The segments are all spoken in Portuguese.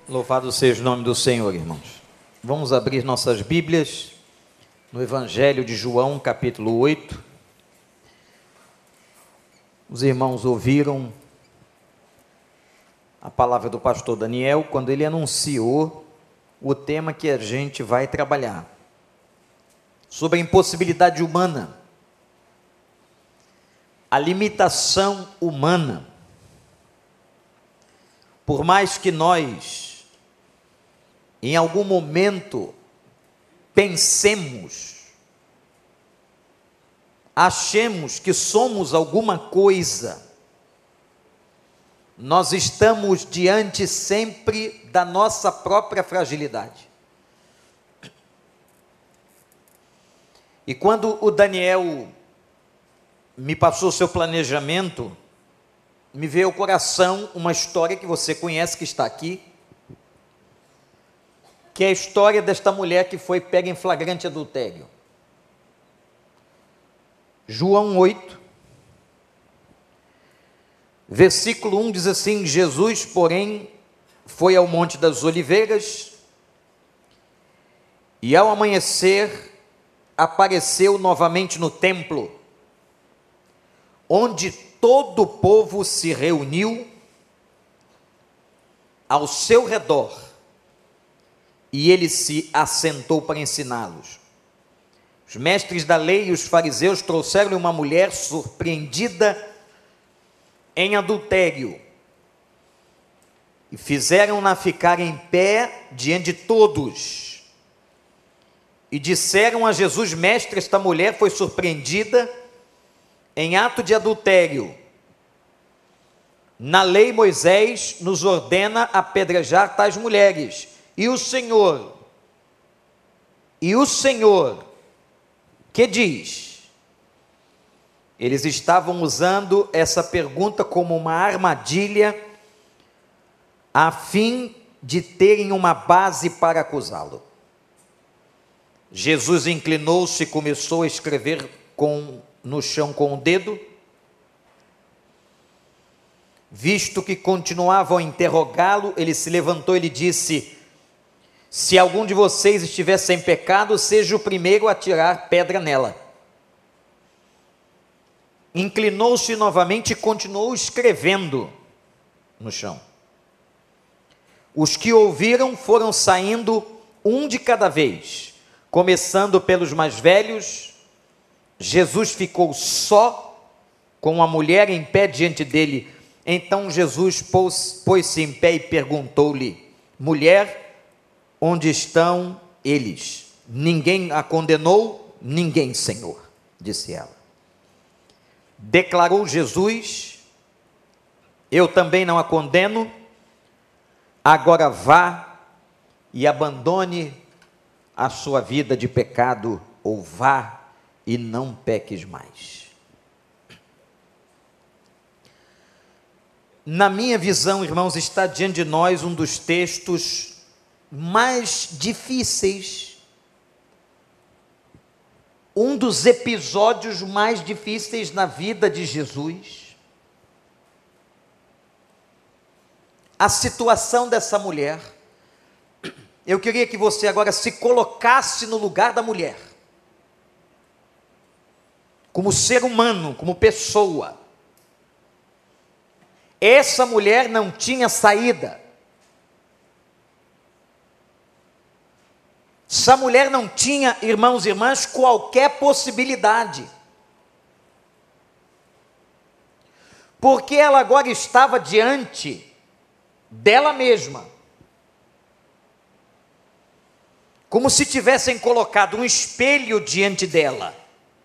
Louvado seja o nome do Senhor, irmãos. Vamos abrir nossas Bíblias no Evangelho de João, capítulo 8. Os irmãos ouviram a palavra do pastor Daniel quando ele anunciou o tema que a gente vai trabalhar, sobre a impossibilidade humana, a limitação humana. Por mais que nós, em algum momento, pensemos, achemos que somos alguma coisa, nós estamos diante sempre da nossa própria fragilidade. E quando o Daniel me passou seu planejamento, me veio ao coração uma história que você conhece, que está aqui, que é a história desta mulher que foi pega em flagrante adultério. João 8, versículo 1 diz assim: Jesus, porém, foi ao Monte das Oliveiras, e ao amanhecer apareceu novamente no templo, onde todo o povo se reuniu ao seu redor, e ele se assentou para ensiná-los. Os mestres da lei e os fariseus trouxeram-lhe uma mulher surpreendida em adultério, e fizeram-na ficar em pé diante de todos, e disseram a Jesus: Mestre, esta mulher foi surpreendida em ato de adultério. Na lei, Moisés nos ordena apedrejar tais mulheres. E o Senhor, que diz? Eles estavam usando essa pergunta como uma armadilha, a fim de terem uma base para acusá-lo. Jesus inclinou-se e começou a escrever no chão com o dedo. Visto que continuavam a interrogá-lo, ele se levantou e lhe disse: se algum de vocês estiver sem pecado, seja o primeiro a tirar pedra nela. Inclinou-se novamente e continuou escrevendo no chão. Os que ouviram foram saindo um de cada vez, começando pelos mais velhos. Jesus ficou só com a mulher em pé diante dele. Então Jesus pôs-se em pé e perguntou-lhe: mulher, onde estão eles? Ninguém a condenou? Ninguém, Senhor, disse ela. Declarou Jesus: eu também não a condeno. Agora vá e abandone a sua vida de pecado, ou vá e não peques mais. Na minha visão, irmãos, está diante de nós um dos textos mais difíceis, um dos episódios mais difíceis na vida de Jesus. A situação dessa mulher. Eu queria que você agora se colocasse no lugar da mulher, como ser humano, como pessoa. Essa mulher não tinha saída. Essa mulher não tinha, irmãos e irmãs, qualquer possibilidade. Porque ela agora estava diante dela mesma, como se tivessem colocado um espelho diante dela.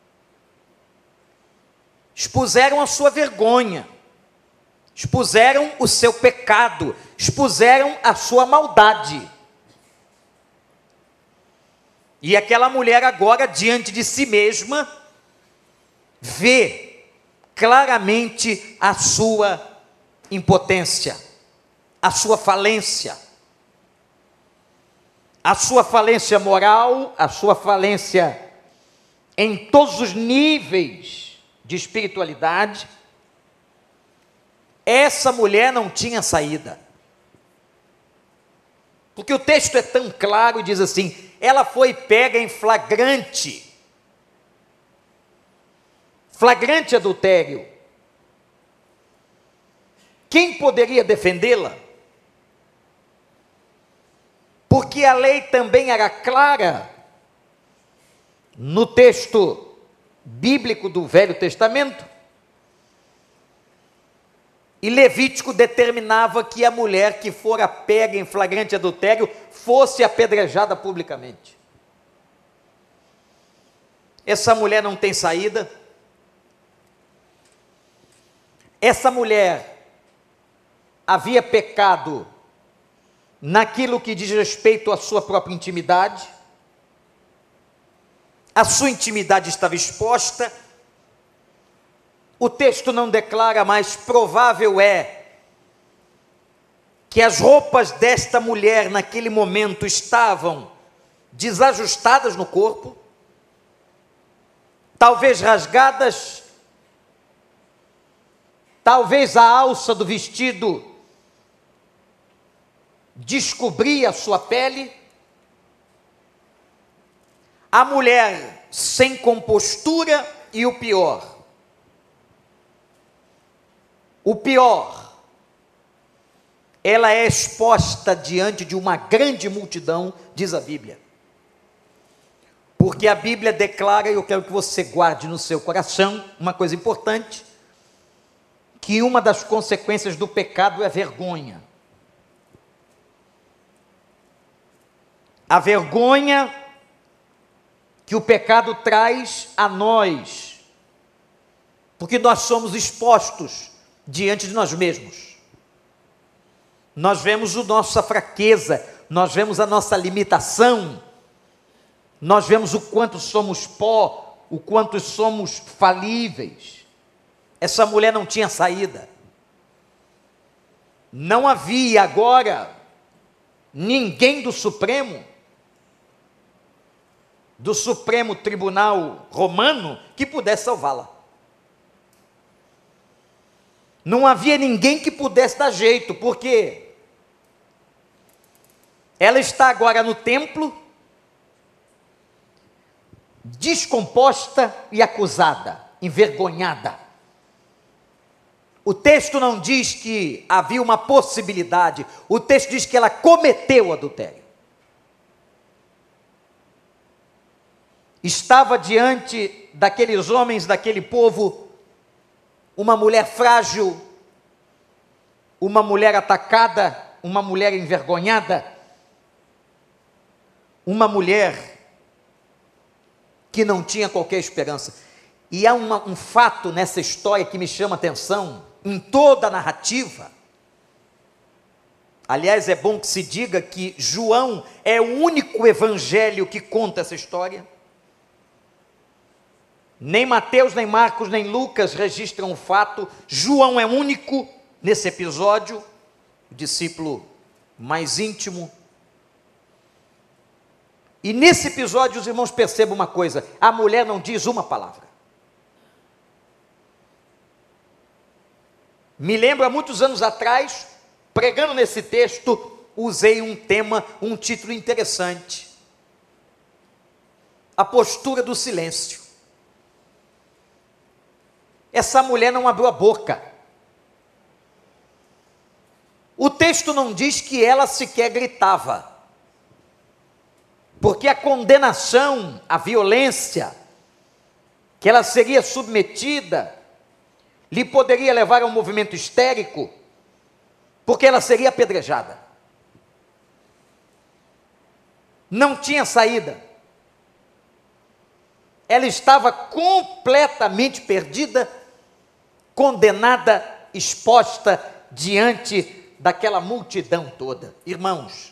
Expuseram a sua vergonha, expuseram o seu pecado, expuseram a sua maldade. E aquela mulher agora, diante de si mesma, vê claramente a sua impotência, a sua falência moral, a sua falência em todos os níveis de espiritualidade. Essa mulher não tinha saída. Porque o texto é tão claro e diz assim: ela foi pega em flagrante adultério. Quem poderia defendê-la? Porque a lei também era clara no texto bíblico do Velho Testamento. E Levítico determinava que a mulher que fora pega em flagrante adultério fosse apedrejada publicamente. Essa mulher não tem saída. Essa mulher havia pecado naquilo que diz respeito à sua própria intimidade. A sua intimidade estava exposta. O texto não declara, mas provável é que as roupas desta mulher naquele momento estavam desajustadas no corpo, talvez rasgadas, talvez a alça do vestido descobria a sua pele. A mulher sem compostura e o pior, ela é exposta diante de uma grande multidão, diz a Bíblia. Porque a Bíblia declara, e eu quero que você guarde no seu coração, uma coisa importante, que uma das consequências do pecado é vergonha. A vergonha que o pecado traz a nós, porque nós somos expostos diante de nós mesmos. Nós vemos a nossa fraqueza, nós vemos a nossa limitação, nós vemos o quanto somos pó, o quanto somos falíveis. Essa mulher não tinha saída. Não havia agora ninguém do Supremo Tribunal Romano que pudesse salvá-la. Não havia ninguém que pudesse dar jeito, porque ela está agora no templo, descomposta e acusada, envergonhada. O texto não diz que havia uma possibilidade, o texto diz que ela cometeu adultério. Estava diante daqueles homens, daquele povo, uma mulher frágil, uma mulher atacada, uma mulher envergonhada, uma mulher que não tinha qualquer esperança. E há um fato nessa história que me chama a atenção, em toda a narrativa. Aliás, é bom que se diga que João é o único evangelho que conta essa história. Nem Mateus, nem Marcos, nem Lucas registram o fato. João é único nesse episódio, o discípulo mais íntimo. E nesse episódio os irmãos percebam uma coisa: a mulher não diz uma palavra. Me lembro, há muitos anos atrás, pregando nesse texto, usei um tema, um título interessante: a postura do silêncio. Essa mulher não abriu a boca. O texto não diz que ela sequer gritava, porque a condenação, a violência que ela seria submetida, lhe poderia levar a um movimento histérico, porque ela seria apedrejada. Não tinha saída. Ela estava completamente perdida, condenada, exposta diante daquela multidão toda. Irmãos,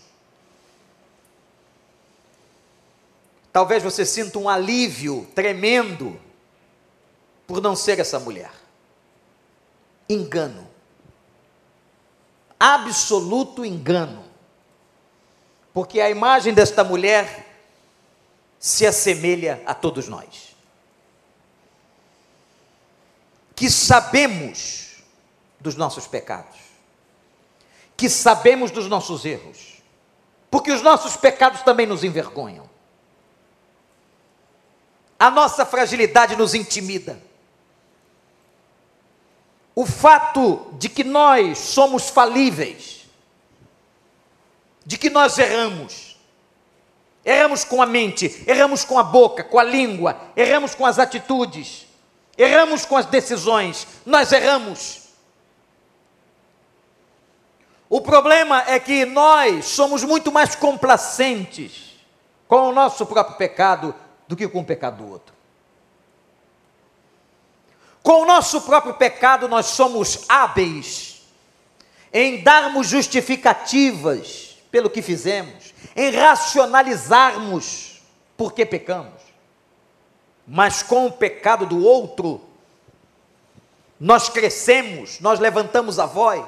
talvez você sinta um alívio tremendo por não ser essa mulher. Engano, absoluto engano, porque a imagem desta mulher se assemelha a todos nós, que sabemos dos nossos pecados, que sabemos dos nossos erros. porque os nossos pecados também nos envergonham. A nossa fragilidade nos intimida. O fato de que nós somos falíveis, de que nós erramos com a mente, erramos com a boca, com a língua, erramos com as atitudes, erramos com as decisões, nós erramos. O problema é que nós somos muito mais complacentes com o nosso próprio pecado do que com o pecado do outro. Com o nosso próprio pecado, nós somos hábeis em darmos justificativas pelo que fizemos, em racionalizarmos por que pecamos. Mas com o pecado do outro, nós crescemos, nós levantamos a voz.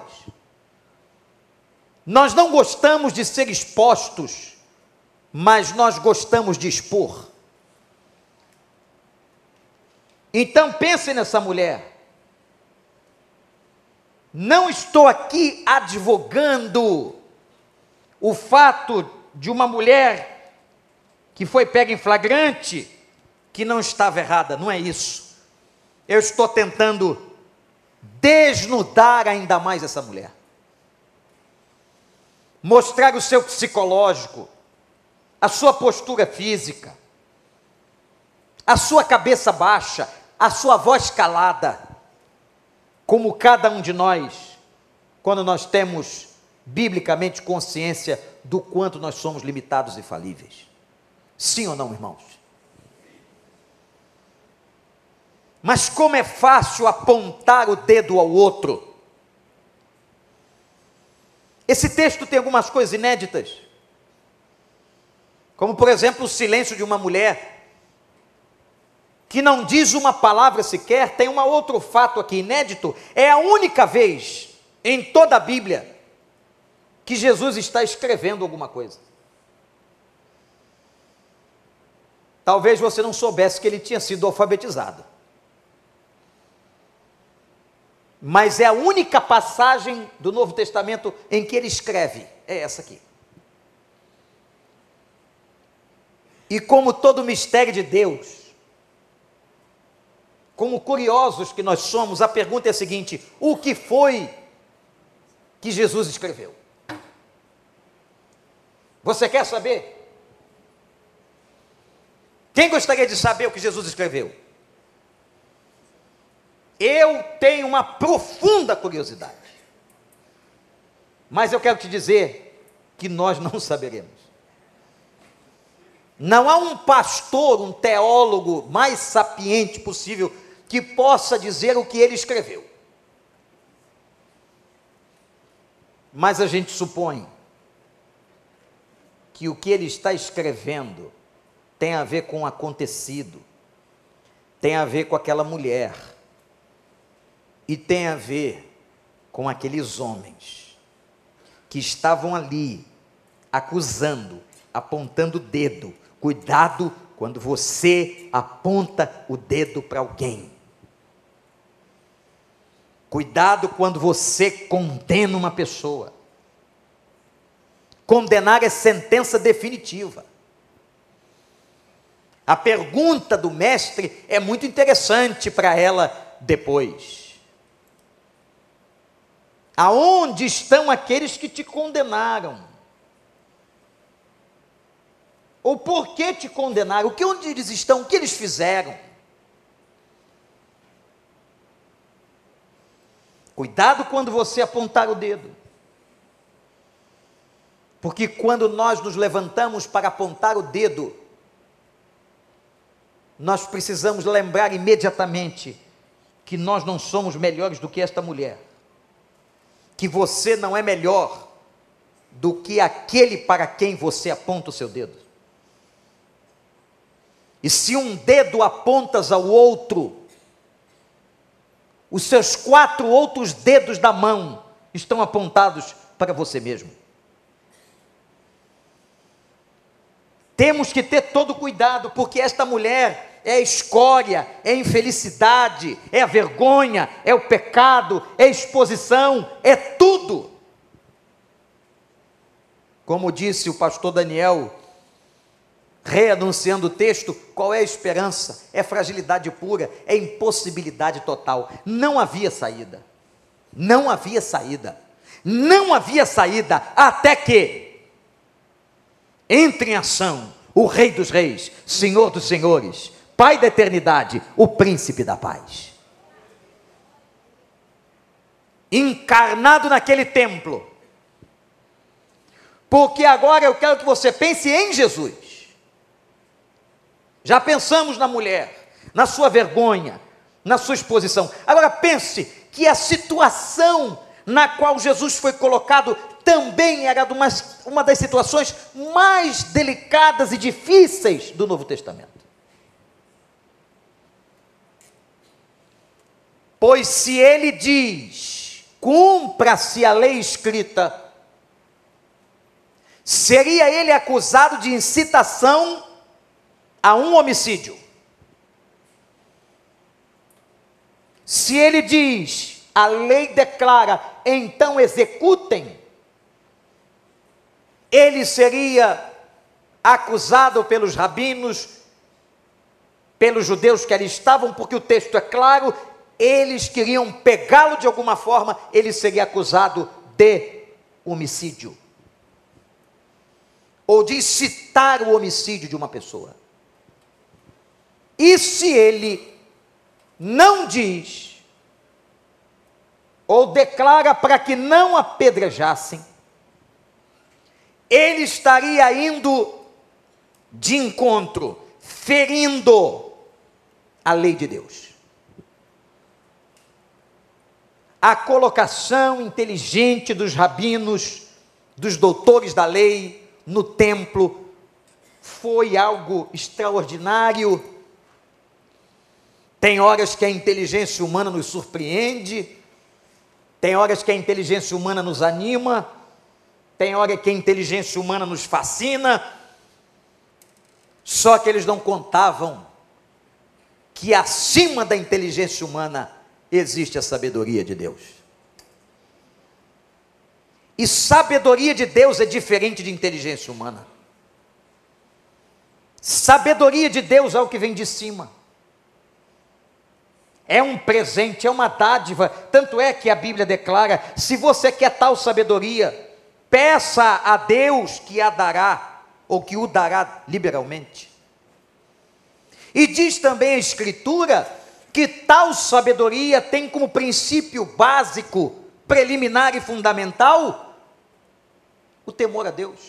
Nós não gostamos de ser expostos, mas nós gostamos de expor. Então pense nessa mulher. Não estou aqui advogando o fato de uma mulher que foi pega em flagrante, que não estava errada, não é isso. Eu estou tentando desnudar ainda mais essa mulher. Mostrar o seu psicológico, a sua postura física, a sua cabeça baixa, a sua voz calada, como cada um de nós, quando nós temos biblicamente consciência do quanto nós somos limitados e falíveis. Sim ou não, irmãos? Mas como é fácil apontar o dedo ao outro. Esse texto tem algumas coisas inéditas, como por exemplo o silêncio de uma mulher, que não diz uma palavra sequer. Tem um outro fato aqui inédito, é a única vez em toda a Bíblia que Jesus está escrevendo alguma coisa. Talvez você não soubesse que ele tinha sido alfabetizado, mas é a única passagem do Novo Testamento em que ele escreve, é essa aqui. E como todo mistério de Deus, como curiosos que nós somos, a pergunta é a seguinte: o que foi que Jesus escreveu? Você quer saber? Quem gostaria de saber o que Jesus escreveu? Eu tenho uma profunda curiosidade, mas eu quero te dizer que nós não saberemos. Não há um pastor, um teólogo mais sapiente possível que possa dizer o que ele escreveu. Mas a gente supõe que o que ele está escrevendo tem a ver com o acontecido, tem a ver com aquela mulher, e tem a ver com aqueles homens que estavam ali acusando, apontando o dedo. Cuidado quando você aponta o dedo para alguém. Cuidado quando você condena uma pessoa. Condenar é sentença definitiva. A pergunta do mestre é muito interessante para ela depois. Aonde estão aqueles que te condenaram? Ou por que te condenaram? Onde eles estão? O que eles fizeram? Cuidado quando você apontar o dedo. Porque quando nós nos levantamos para apontar o dedo, nós precisamos lembrar imediatamente que nós não somos melhores do que esta mulher. Que você não é melhor do que aquele para quem você aponta o seu dedo. E se um dedo apontas ao outro, os seus 4 outros dedos da mão estão apontados para você mesmo. Temos que ter todo cuidado, porque esta mulher é a escória, é a infelicidade, é a vergonha, é o pecado, é a exposição, é tudo. Como disse o pastor Daniel, reanunciando o texto, qual é a esperança? É fragilidade pura, é impossibilidade total. Não havia saída. Não havia saída. Não havia saída até que entre em ação o Rei dos Reis, Senhor dos Senhores, Pai da eternidade, o Príncipe da paz. Encarnado naquele templo. Porque agora eu quero que você pense em Jesus. Já pensamos na mulher, na sua vergonha, na sua exposição. Agora pense que a situação na qual Jesus foi colocado também era uma das situações mais delicadas e difíceis do Novo Testamento. Pois se ele diz, cumpra-se a lei escrita, seria ele acusado de incitação a um homicídio. Se ele diz, a lei declara, então executem, ele seria acusado pelos rabinos, pelos judeus que ali estavam, porque o texto é claro, eles queriam pegá-lo de alguma forma, ele seria acusado de homicídio, ou de incitar o homicídio de uma pessoa. E se ele não diz, ou declara para que não apedrejassem, ele estaria indo de encontro, ferindo a lei de Deus. A colocação inteligente dos rabinos, dos doutores da lei, no templo, foi algo extraordinário. Tem horas que a inteligência humana nos surpreende, tem horas que a inteligência humana nos anima, tem hora que a inteligência humana nos fascina, só que eles não contavam que acima da inteligência humana existe a sabedoria de Deus. E sabedoria de Deus é diferente de inteligência humana. Sabedoria de Deus é o que vem de cima. É um presente, é uma dádiva. Tanto é que a Bíblia declara, se você quer tal sabedoria, peça a Deus que a dará, ou que o dará liberalmente. E diz também a Escritura, que tal sabedoria tem como princípio básico, preliminar e fundamental, o temor a Deus.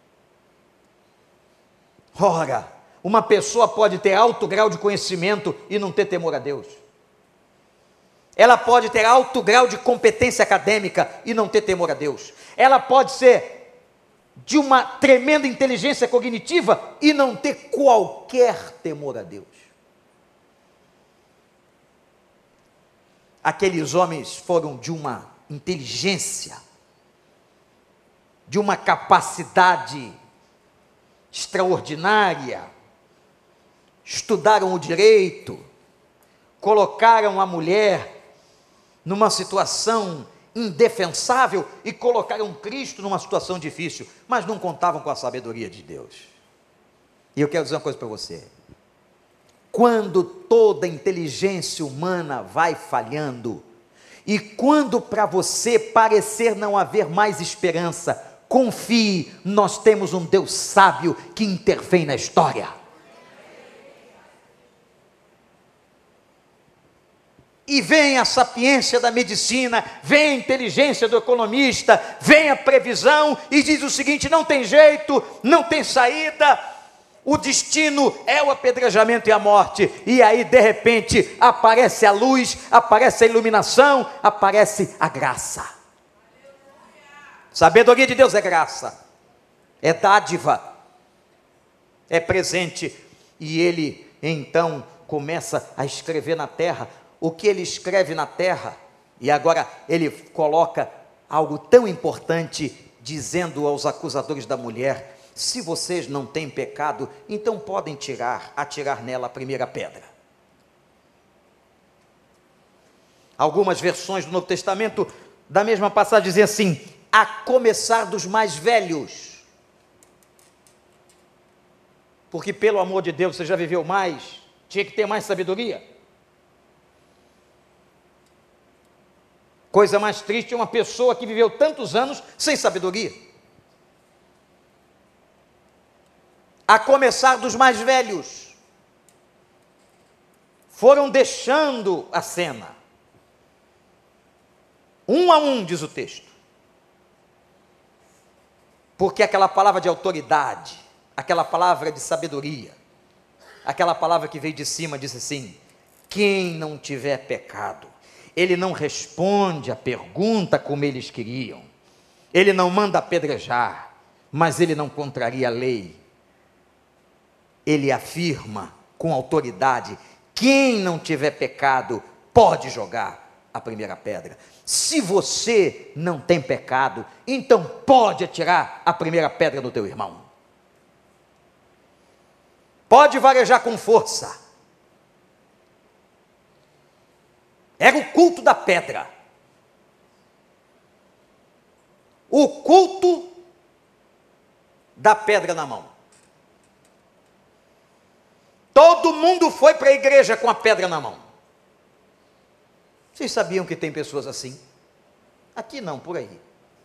Ora, uma pessoa pode ter alto grau de conhecimento e não ter temor a Deus. Ela pode ter alto grau de competência acadêmica e não ter temor a Deus. Ela pode ser de uma tremenda inteligência cognitiva e não ter qualquer temor a Deus. Aqueles homens foram de uma inteligência, de uma capacidade extraordinária, estudaram o direito, colocaram a mulher numa situação indefensável e colocaram Cristo numa situação difícil, mas não contavam com a sabedoria de Deus. E eu quero dizer uma coisa para você: quando toda a inteligência humana vai falhando, e quando para você parecer não haver mais esperança, confie, nós temos um Deus sábio que intervém na história. E vem a sapiência da medicina, vem a inteligência do economista, vem a previsão e diz o seguinte: não tem jeito, não tem saída, o destino é o apedrejamento e a morte. E aí de repente aparece a luz, aparece a iluminação, aparece a graça. Sabedoria de Deus é graça, é dádiva, é presente. E ele então começa a escrever na terra o que ele escreve na terra, e agora ele coloca algo tão importante, dizendo aos acusadores da mulher: se vocês não têm pecado, então podem atirar nela a primeira pedra. Algumas versões do Novo Testamento, da mesma passagem, dizem assim: a começar dos mais velhos. Porque, pelo amor de Deus, você já viveu mais, tinha que ter mais sabedoria. Coisa mais triste é uma pessoa que viveu tantos anos sem sabedoria. A começar dos mais velhos, foram deixando a cena. Um a um, diz o texto. Porque aquela palavra de autoridade, aquela palavra de sabedoria, aquela palavra que veio de cima, disse assim: quem não tiver pecado, ele não responde a pergunta como eles queriam, ele não manda apedrejar, mas ele não contraria a lei, ele afirma com autoridade: quem não tiver pecado, pode jogar a primeira pedra. Se você não tem pecado, então pode atirar a primeira pedra do teu irmão. Pode varejar com força. Era o culto da pedra. O culto da pedra na mão. Todo mundo foi para a igreja com a pedra na mão. Vocês sabiam que tem pessoas assim? Aqui não, por aí.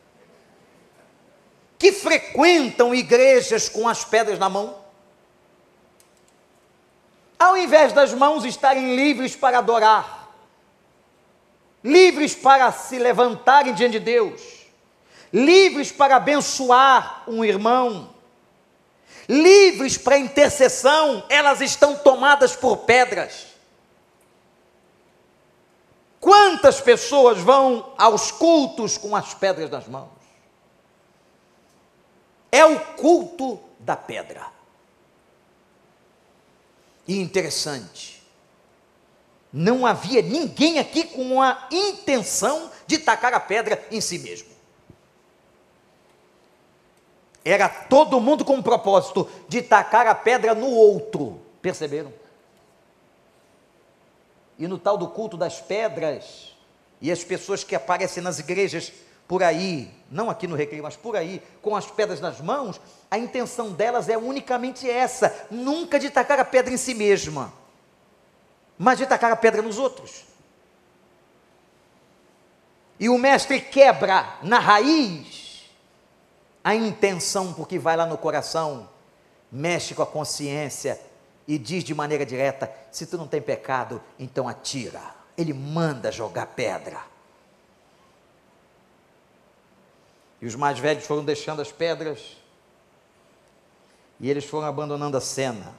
Que frequentam igrejas com as pedras na mão. Ao invés das mãos estarem livres para adorar, livres para se levantarem diante de Deus, livres para abençoar um irmão, livres para intercessão, elas estão tomadas por pedras. Quantas pessoas vão aos cultos com as pedras nas mãos? É o culto da pedra. E interessante, não havia ninguém aqui com a intenção de tacar a pedra em si mesmo. Era todo mundo com o propósito de tacar a pedra no outro, perceberam? E no tal do culto das pedras, e as pessoas que aparecem nas igrejas por aí, não aqui no Recreio, mas por aí, com as pedras nas mãos, a intenção delas é unicamente essa, nunca de tacar a pedra em si mesma, mas de tacar a pedra nos outros. E o mestre quebra na raiz a intenção, porque vai lá no coração, mexe com a consciência e diz de maneira direta: se tu não tem pecado, então atira. Ele manda jogar pedra. E os mais velhos foram deixando as pedras, e eles foram abandonando a cena.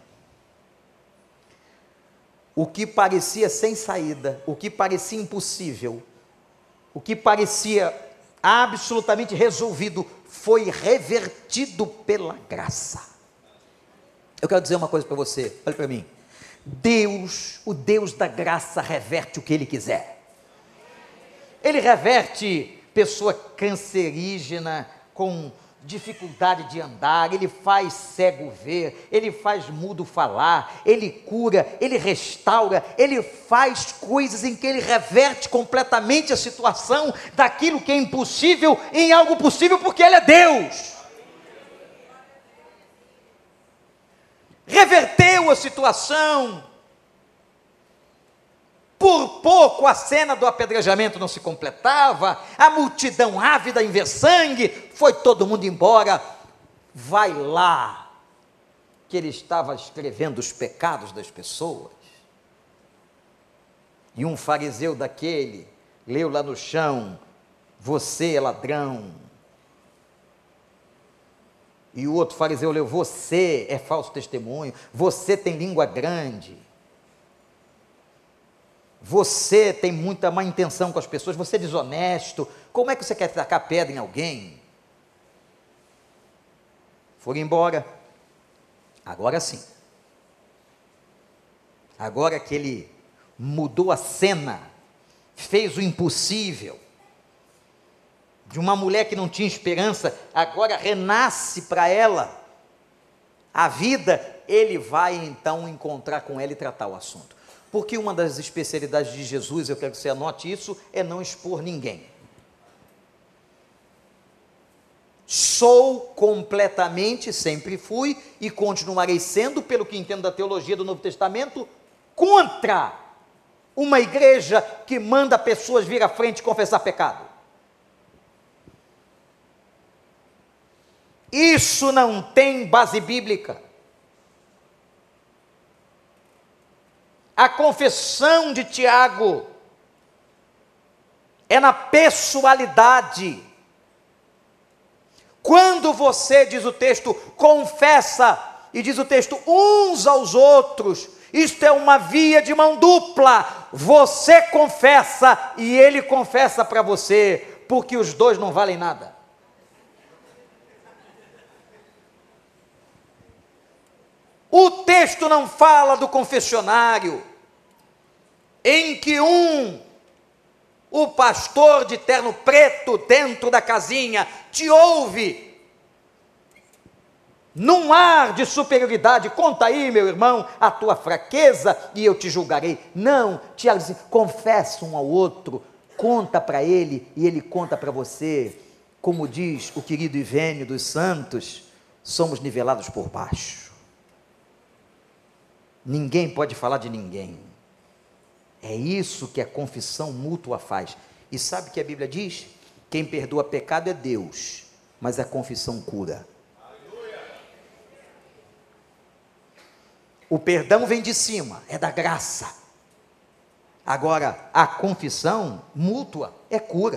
O que parecia sem saída, o que parecia impossível, o que parecia absolutamente resolvido, foi revertido pela graça. Eu quero dizer uma coisa para você, olha para mim. Deus, o Deus da graça, reverte o que Ele quiser. Ele reverte pessoa cancerígena, com dificuldade de andar, Ele faz cego ver, Ele faz mudo falar, Ele cura, Ele restaura, Ele faz coisas em que Ele reverte completamente a situação daquilo que é impossível em algo possível, porque Ele é Deus. Reverteu a situação. Por pouco a cena do apedrejamento não se completava, a multidão ávida em ver sangue, foi todo mundo embora. Vai lá, que ele estava escrevendo os pecados das pessoas. E um fariseu daquele leu lá no chão: você é ladrão. E o outro fariseu leu: você é falso testemunho, você tem língua grande, você tem muita má intenção com as pessoas, você é desonesto, como é que você quer tacar pedra em alguém? Foram embora. Agora sim, agora que ele mudou a cena, fez o impossível, de uma mulher que não tinha esperança, agora renasce para ela a vida, ele vai então encontrar com ela e tratar o assunto. Porque uma das especialidades de Jesus, eu quero que você anote isso, é não expor ninguém. Sou completamente, sempre fui e continuarei sendo, pelo que entendo da teologia do Novo Testamento, contra uma igreja que manda pessoas vir à frente e confessar pecado. Isso não tem base bíblica. A confissão de Tiago é na pessoalidade. Quando você, diz o texto, confessa, e diz o texto, uns aos outros, isto é uma via de mão dupla. Você confessa e ele confessa para você, porque os dois não valem nada. O texto não fala do confessionário, em que o pastor de terno preto dentro da casinha te ouve, num ar de superioridade, conta aí, meu irmão, a tua fraqueza e eu te julgarei. Não, Tiago diz, confessa um ao outro, conta para ele e ele conta para você. Como diz o querido Ivênio dos Santos, somos nivelados por baixo. Ninguém pode falar de ninguém. É isso que a confissão mútua faz. E sabe o que a Bíblia diz? Quem perdoa pecado é Deus, mas a confissão cura. O perdão vem de cima, é da graça. Agora, a confissão mútua é cura.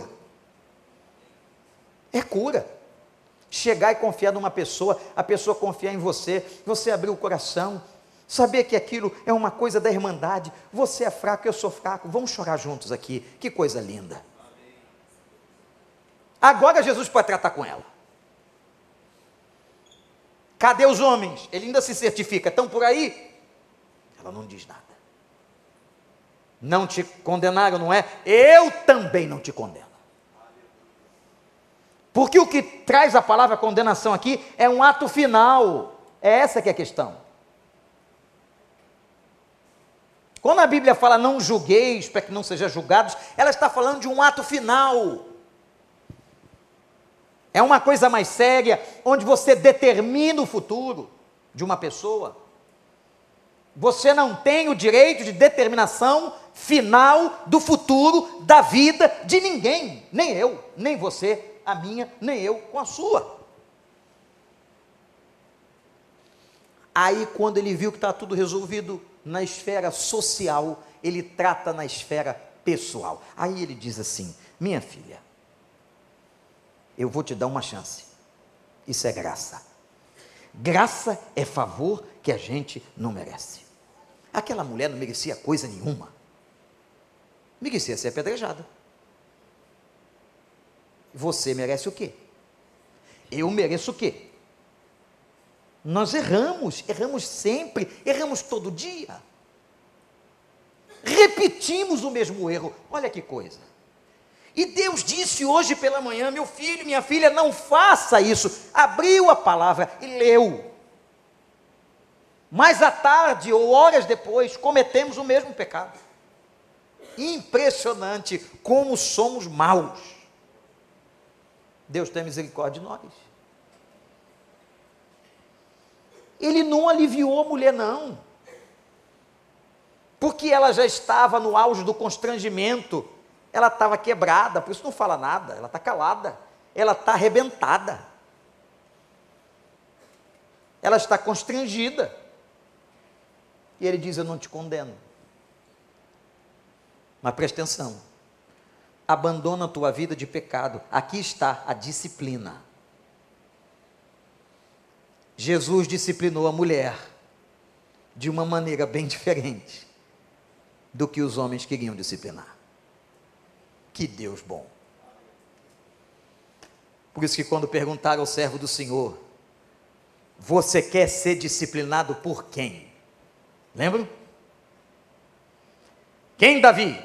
É cura. Chegar e confiar numa pessoa, a pessoa confiar em você, você abrir o coração, saber que aquilo é uma coisa da irmandade, você é fraco, eu sou fraco, vamos chorar juntos aqui, que coisa linda. Agora Jesus pode tratar com ela. Cadê os homens? Ele ainda se certifica, estão por aí? Ela não diz nada. Não te condenaram, não é? Eu também não te condeno. Porque o que traz a palavra condenação aqui é um ato final, é essa que é a questão. Quando a Bíblia fala não julgueis para que não sejam julgados, ela está falando de um ato final. É uma coisa mais séria, onde você determina o futuro de uma pessoa. Você não tem o direito de determinação final do futuro da vida de ninguém, nem eu, nem você, a minha, nem eu com a sua. Aí quando ele viu que está tudo resolvido na esfera social, ele trata na esfera pessoal. Aí ele diz assim, minha filha, eu vou te dar uma chance. Isso é graça. Graça é favor que a gente não merece. Aquela mulher não merecia coisa nenhuma. Merecia ser apedrejada. Você merece o quê? Eu mereço o quê? Nós erramos sempre, erramos todo dia. Repetimos o mesmo erro. Olha que coisa. E Deus disse hoje pela manhã, meu filho, minha filha, não faça isso. Abriu a palavra e leu. Mais à tarde ou horas depois, cometemos o mesmo pecado. Impressionante como somos maus. Deus tem misericórdia de nós. Ele não aliviou a mulher, não. Porque ela já estava no auge do constrangimento. Ela estava quebrada, por isso não fala nada. Ela está calada. Ela está arrebentada. Ela está constrangida. E ele diz, eu não te condeno. Mas presta atenção. Abandona a tua vida de pecado. Aqui está a disciplina. Jesus disciplinou a mulher de uma maneira bem diferente do que os homens queriam disciplinar. Que Deus bom. Por isso que quando perguntaram ao servo do Senhor, você quer ser disciplinado por quem? Lembram? Quem, Davi?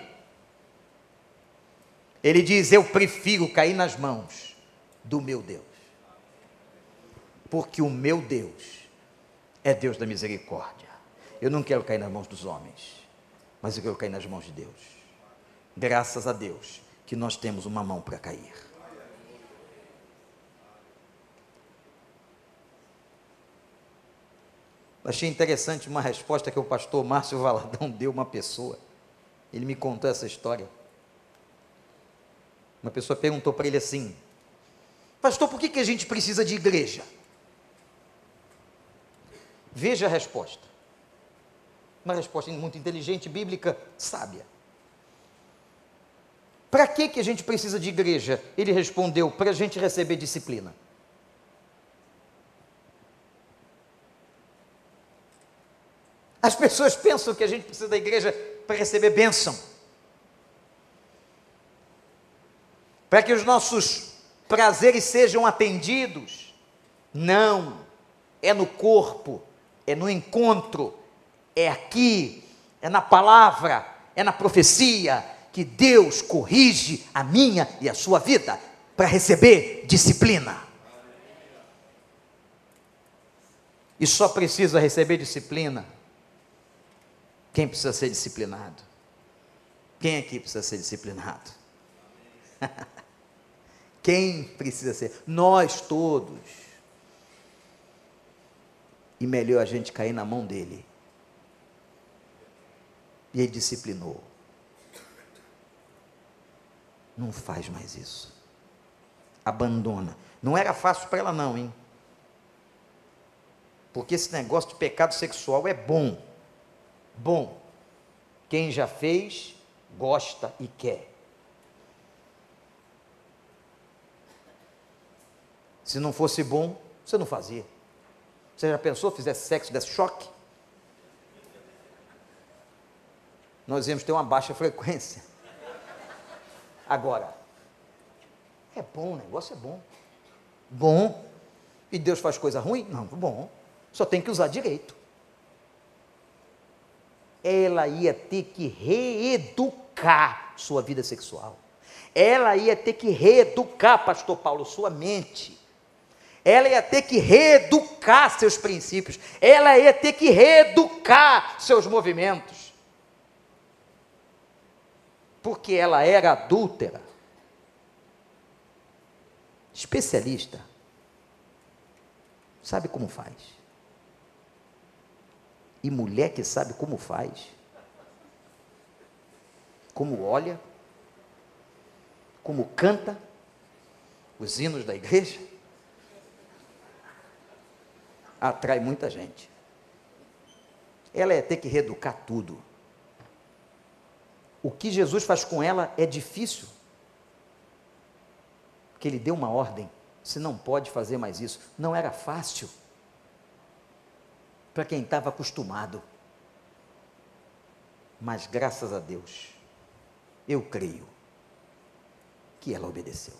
Ele diz, eu prefiro cair nas mãos do meu Deus. Porque o meu Deus é Deus da misericórdia. Eu não quero cair nas mãos dos homens, mas eu quero cair nas mãos de Deus. Graças a Deus que nós temos uma mão para cair. Achei interessante uma resposta que o pastor Márcio Valadão deu a uma pessoa. Ele me contou essa história. Uma pessoa perguntou para ele assim: pastor, por que a gente precisa de igreja? Veja a resposta. Uma resposta muito inteligente, bíblica, sábia. Para que a gente precisa de igreja? Ele respondeu: para a gente receber disciplina. As pessoas pensam que a gente precisa da igreja para receber bênção, para que os nossos prazeres sejam atendidos. Não, é no corpo, é no encontro, é aqui, é na palavra, é na profecia, que Deus corrige a minha e a sua vida, para receber disciplina. E só precisa receber disciplina quem precisa ser disciplinado. Quem aqui precisa ser disciplinado? Quem precisa ser? Nós todos. E melhor a gente cair na mão dele. E ele disciplinou. Não faz mais isso. Abandona. Não era fácil para ela não, hein? Porque esse negócio de pecado sexual é bom. Bom. Quem já fez, gosta e quer. Se não fosse bom, você não fazia. Você já pensou, fizesse sexo, desse choque? Nós íamos ter uma baixa frequência. Agora, é bom, o negócio é bom. Bom. E Deus faz coisa ruim? Não, bom. Só tem que usar direito. Ela ia ter que reeducar sua vida sexual. Ela ia ter que reeducar, pastor Paulo, sua mente. Ela ia ter que reeducar seus princípios. Ela ia ter que reeducar seus movimentos. Porque ela era adúltera. Especialista. Sabe como faz. E mulher que sabe como faz. Como olha. Como canta. Os hinos da igreja. Atrai muita gente. Ela ia ter que reeducar tudo. O que Jesus faz com ela é difícil. Porque ele deu uma ordem. Você não pode fazer mais isso. Não era fácil. Para quem estava acostumado. Mas graças a Deus, eu creio que ela obedeceu.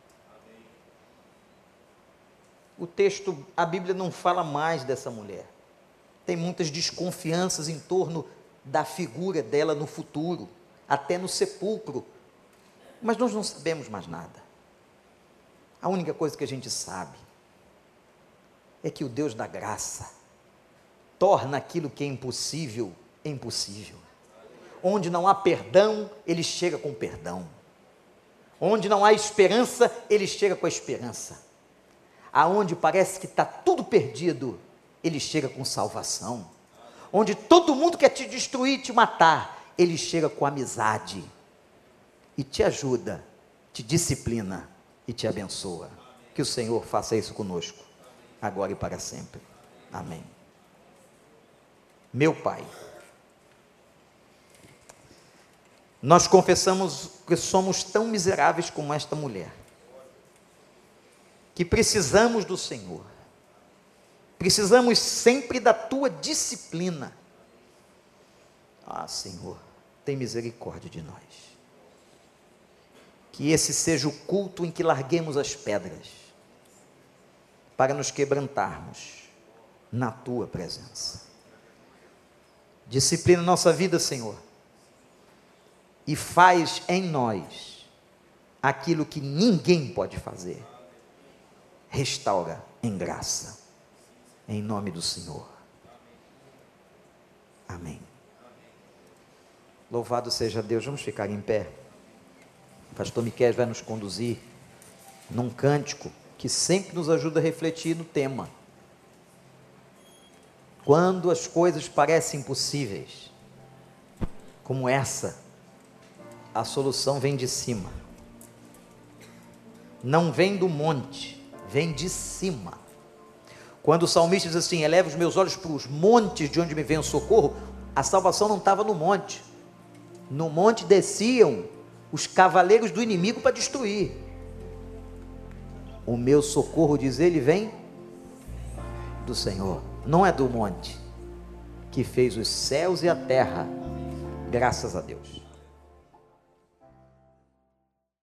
O texto, a Bíblia não fala mais dessa mulher. Tem muitas desconfianças em torno da figura dela no futuro, até no sepulcro. Mas nós não sabemos mais nada. A única coisa que a gente sabe é que o Deus da graça torna aquilo que é impossível, impossível. Onde não há perdão, ele chega com perdão. Onde não há esperança, ele chega com a esperança. Aonde parece que está tudo perdido, ele chega com salvação. Onde todo mundo quer te destruir, te matar, ele chega com amizade. E te ajuda, te disciplina e te abençoa. Que o Senhor faça isso conosco, agora e para sempre. Amém. Meu Pai, nós confessamos que somos tão miseráveis como esta mulher, que precisamos do Senhor, precisamos sempre da Tua disciplina. Ah, Senhor, tem misericórdia de nós. Que esse seja o culto em que larguemos as pedras, para nos quebrantarmos na Tua presença. Disciplina nossa vida, Senhor, e faz em nós aquilo que ninguém pode fazer. Restaura em graça, em nome do Senhor. Amém. Louvado seja Deus. Vamos ficar em pé. O pastor Miquel vai nos conduzir num cântico que sempre nos ajuda a refletir no tema. Quando as coisas parecem impossíveis, como essa, a solução vem de cima. Não vem do monte, vem de cima. Quando o salmista diz assim: eleva os meus olhos para os montes de onde me vem o socorro, a salvação não estava no monte. No monte desciam os cavaleiros do inimigo para destruir. O meu socorro, diz ele, vem do Senhor, não é do monte, que fez os céus e a terra, graças a Deus.